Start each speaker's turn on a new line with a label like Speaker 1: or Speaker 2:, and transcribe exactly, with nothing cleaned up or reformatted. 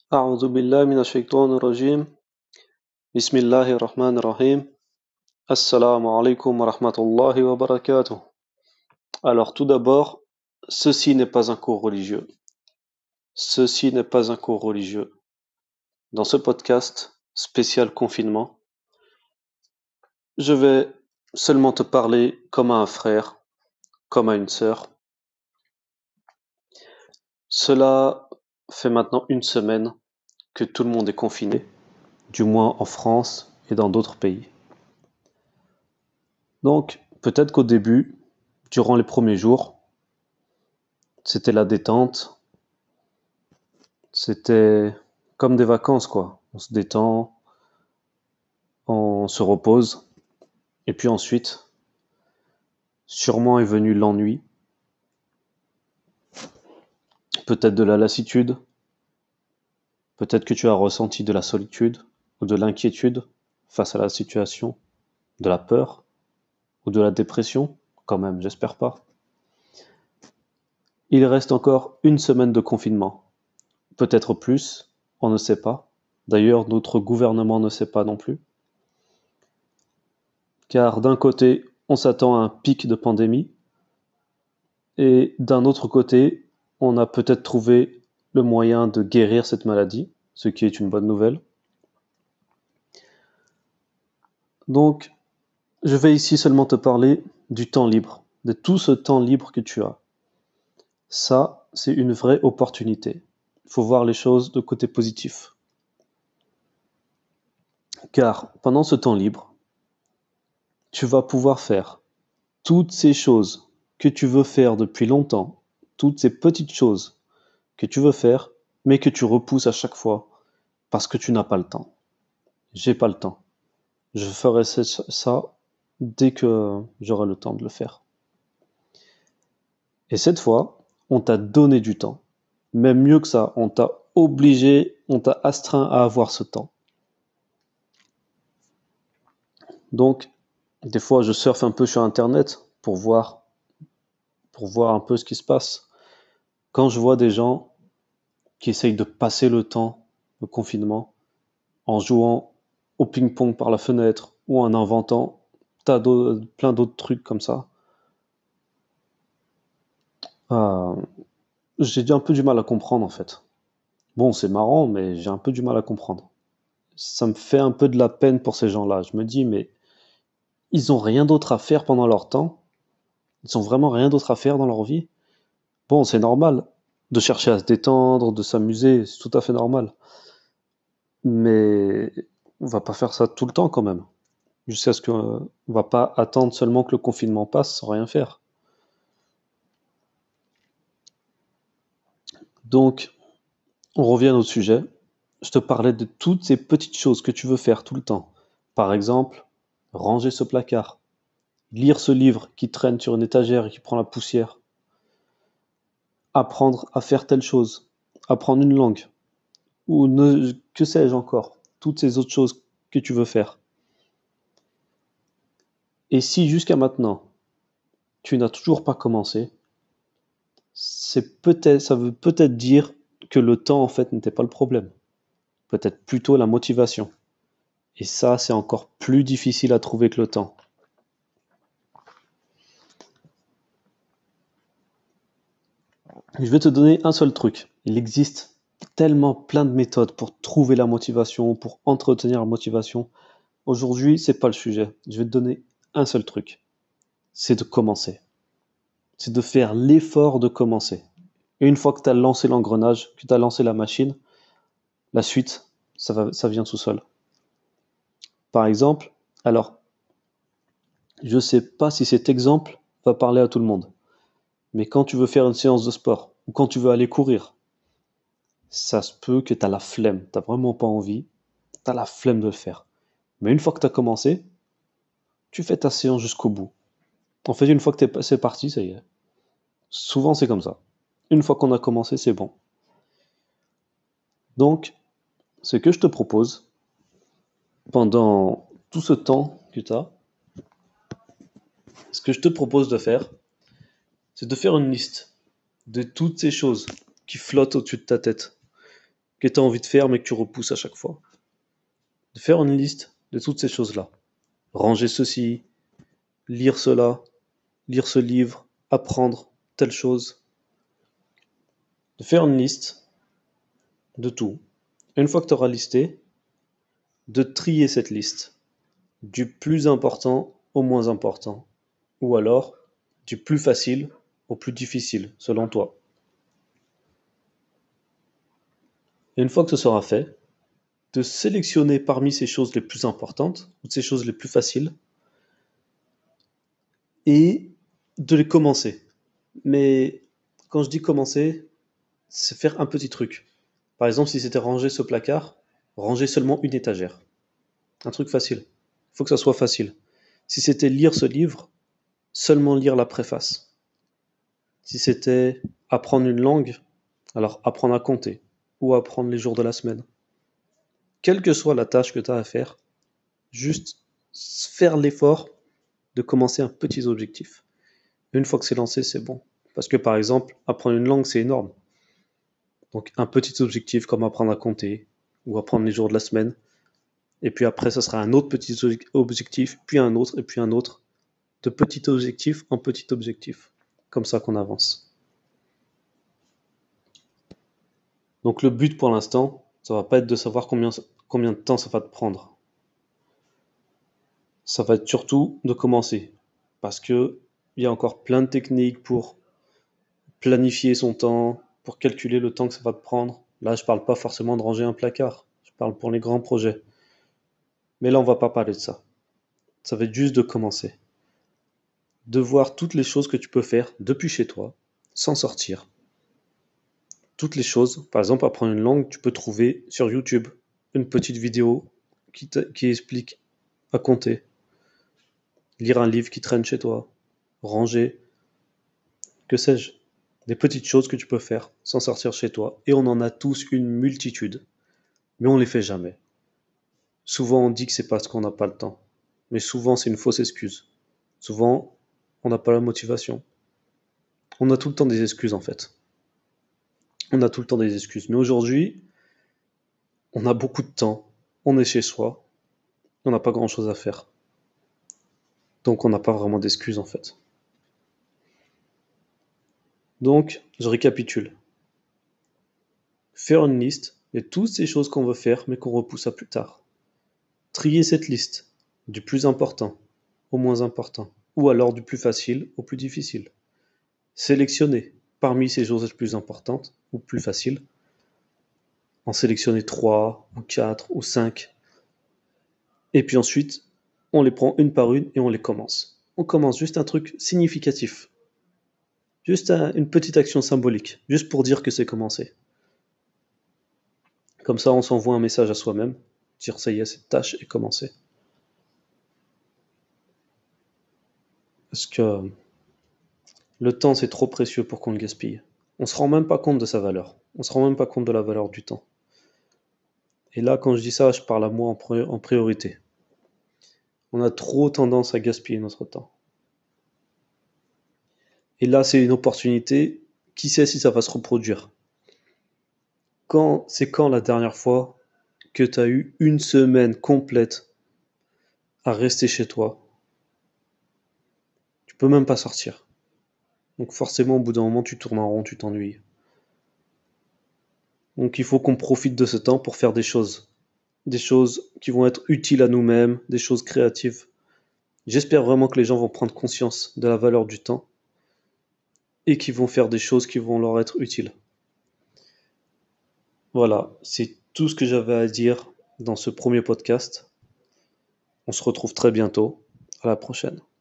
Speaker 1: أعوذ بالله من الشيطان الرجيم بسم الله الرحمن الرحيم Assalamu alaikum wa rahmatullahi wa barakatuh. Alors tout d'abord, ceci n'est pas un cours religieux. Ceci n'est pas un cours religieux. Dans ce podcast spécial confinement, je vais seulement te parler comme à un frère, comme à une sœur. Cela fait maintenant une semaine que tout le monde est confiné, du moins en France et dans d'autres pays. Donc, peut-être qu'au début, durant les premiers jours, c'était la détente, c'était comme des vacances, quoi. On se détend, on se repose, et puis ensuite, sûrement est venu l'ennui, peut-être de la lassitude, peut-être que tu as ressenti de la solitude ou de l'inquiétude face à la situation, de la peur ou de la dépression, quand même, j'espère pas. Il reste encore une semaine de confinement, peut-être plus, on ne sait pas. D'ailleurs, notre gouvernement ne sait pas non plus. Car d'un côté, on s'attend à un pic de pandémie, et d'un autre côté, on a peut-être trouvé le moyen de guérir cette maladie, ce qui est une bonne nouvelle. Donc, je vais ici seulement te parler du temps libre, de tout ce temps libre que tu as. Ça, c'est une vraie opportunité. Il faut voir les choses de côté positif. Car pendant ce temps libre, tu vas pouvoir faire toutes ces choses que tu veux faire depuis longtemps, toutes ces petites choses que tu veux faire, mais que tu repousses à chaque fois parce que tu n'as pas le temps. J'ai pas le temps. Je ferai ça dès que j'aurai le temps de le faire. Et cette fois, on t'a donné du temps. Même mieux que ça, on t'a obligé, on t'a astreint à avoir ce temps. Donc, des fois, je surfe un peu sur Internet pour voir, pour voir un peu ce qui se passe. Quand je vois des gens qui essayent de passer le temps, le confinement, en jouant au ping-pong par la fenêtre ou en inventant tas d'autres- plein d'autres trucs comme ça, euh, j'ai un peu du mal à comprendre en fait. Bon, c'est marrant, mais j'ai un peu du mal à comprendre. Ça me fait un peu de la peine pour ces gens-là. Je me dis, mais ils ont rien d'autre à faire pendant leur temps. Ils ont vraiment rien d'autre à faire dans leur vie. Bon, c'est normal de chercher à se détendre, de s'amuser, c'est tout à fait normal. Mais on va pas faire ça tout le temps quand même. Jusqu'à ce qu'on va pas attendre seulement que le confinement passe sans rien faire. Donc, on revient au sujet. Je te parlais de toutes ces petites choses que tu veux faire tout le temps. Par exemple, ranger ce placard, lire ce livre qui traîne sur une étagère et qui prend la poussière, apprendre à faire telle chose, apprendre une langue, ou ne, que sais-je encore, toutes ces autres choses que tu veux faire. Et si jusqu'à maintenant, tu n'as toujours pas commencé, c'est peut-être, ça veut peut-être dire que le temps en fait n'était pas le problème. Peut-être plutôt la motivation. Et ça, c'est encore plus difficile à trouver que le temps. Je vais te donner un seul truc. Il existe tellement plein de méthodes pour trouver la motivation, pour entretenir la motivation. Aujourd'hui, c'est pas le sujet. Je vais te donner un seul truc. C'est de commencer. C'est de faire l'effort de commencer. Et une fois que tu as lancé l'engrenage, que tu as lancé la machine, la suite, ça, va, ça vient tout seul. Par exemple, alors, je sais pas si cet exemple va parler à tout le monde, mais quand tu veux faire une séance de sport, ou quand tu veux aller courir, ça se peut que tu as la flemme, tu vraiment pas envie, tu as la flemme de le faire. Mais une fois que tu as commencé, tu fais ta séance jusqu'au bout. En fait, une fois que c'est parti, ça y est. Souvent, c'est comme ça. Une fois qu'on a commencé, c'est bon. Donc, ce que je te propose, pendant tout ce temps que tu as, ce que je te propose de faire, c'est de faire une liste de toutes ces choses qui flottent au-dessus de ta tête. que tu as envie de faire mais que tu repousses à chaque fois. De faire une liste de toutes ces choses-là. Ranger ceci, lire cela, lire ce livre, apprendre telle chose. De faire une liste de tout. Une fois que tu auras listé, de trier cette liste du plus important au moins important, ou alors du plus facile au plus difficile, selon toi. Et une fois que ce sera fait, de sélectionner parmi ces choses les plus importantes, ou ces choses les plus faciles, et de les commencer. Mais quand je dis commencer, c'est faire un petit truc. Par exemple, si c'était ranger ce placard, ranger seulement une étagère. Un truc facile. Il faut que ça soit facile. Si c'était lire ce livre, seulement lire la préface. Si c'était apprendre une langue, alors apprendre à compter ou apprendre les jours de la semaine. Quelle que soit la tâche que tu as à faire, juste faire l'effort de commencer un petit objectif. Une fois que c'est lancé, c'est bon. Parce que par exemple, apprendre une langue, c'est énorme. Donc un petit objectif comme apprendre à compter ou apprendre les jours de la semaine. Et puis après, ça sera un autre petit objectif, puis un autre, et puis un autre. De petit objectif en petit objectif. Comme ça qu'on avance. Donc le but pour l'instant, ça va pas être de savoir combien, combien de temps ça va te prendre. Ça va être surtout de commencer. Parce que il y a encore plein de techniques pour planifier son temps, pour calculer le temps que ça va te prendre. Là, je parle pas forcément de ranger un placard. Je parle pour les grands projets. Mais là, on va pas parler de ça. Ça va être juste de commencer. De voir toutes les choses que tu peux faire depuis chez toi, sans sortir. Toutes les choses, par exemple, apprendre une langue, tu peux trouver sur YouTube une petite vidéo qui, te, qui explique à compter. Lire un livre qui traîne chez toi. Ranger. Que sais-je. Des petites choses que tu peux faire sans sortir chez toi. Et on en a tous une multitude. Mais on ne les fait jamais. Souvent on dit que c'est parce qu'on n'a pas le temps. Mais souvent c'est une fausse excuse. Souvent on n'a pas la motivation. On a tout le temps des excuses en fait. On a tout le temps des excuses. Mais aujourd'hui, on a beaucoup de temps. On est chez soi. On n'a pas grand chose à faire. Donc on n'a pas vraiment d'excuses en fait. Donc, je récapitule. Faire une liste de toutes ces choses qu'on veut faire mais qu'on repousse à plus tard. Trier cette liste du plus important au moins important, ou alors du plus facile au plus difficile. Sélectionner parmi ces choses les plus importantes ou plus faciles, en sélectionner trois ou quatre ou cinq, et puis ensuite on les prend une par une et on les commence. On commence juste un truc significatif, juste un, une petite action symbolique, juste pour dire que c'est commencé. Comme ça on s'envoie un message à soi-même, dire ça y est, cette tâche est commencée. Parce que le temps c'est trop précieux pour qu'on le gaspille. On se rend même pas compte de sa valeur. On se rend même pas compte de la valeur du temps. Et là, quand je dis ça, je parle à moi en priorité. On a trop tendance à gaspiller notre temps. Et là, c'est une opportunité. Qui sait si ça va se reproduire? Quand, c'est quand la dernière fois que tu as eu une semaine complète à rester chez toi? Tu peux même pas sortir. Donc forcément, au bout d'un moment, tu tournes en rond, tu t'ennuies. Donc il faut qu'on profite de ce temps pour faire des choses. Des choses qui vont être utiles à nous-mêmes, des choses créatives. J'espère vraiment que les gens vont prendre conscience de la valeur du temps et qui vont faire des choses qui vont leur être utiles. Voilà, c'est tout ce que j'avais à dire dans ce premier podcast. On se retrouve très bientôt. À la prochaine.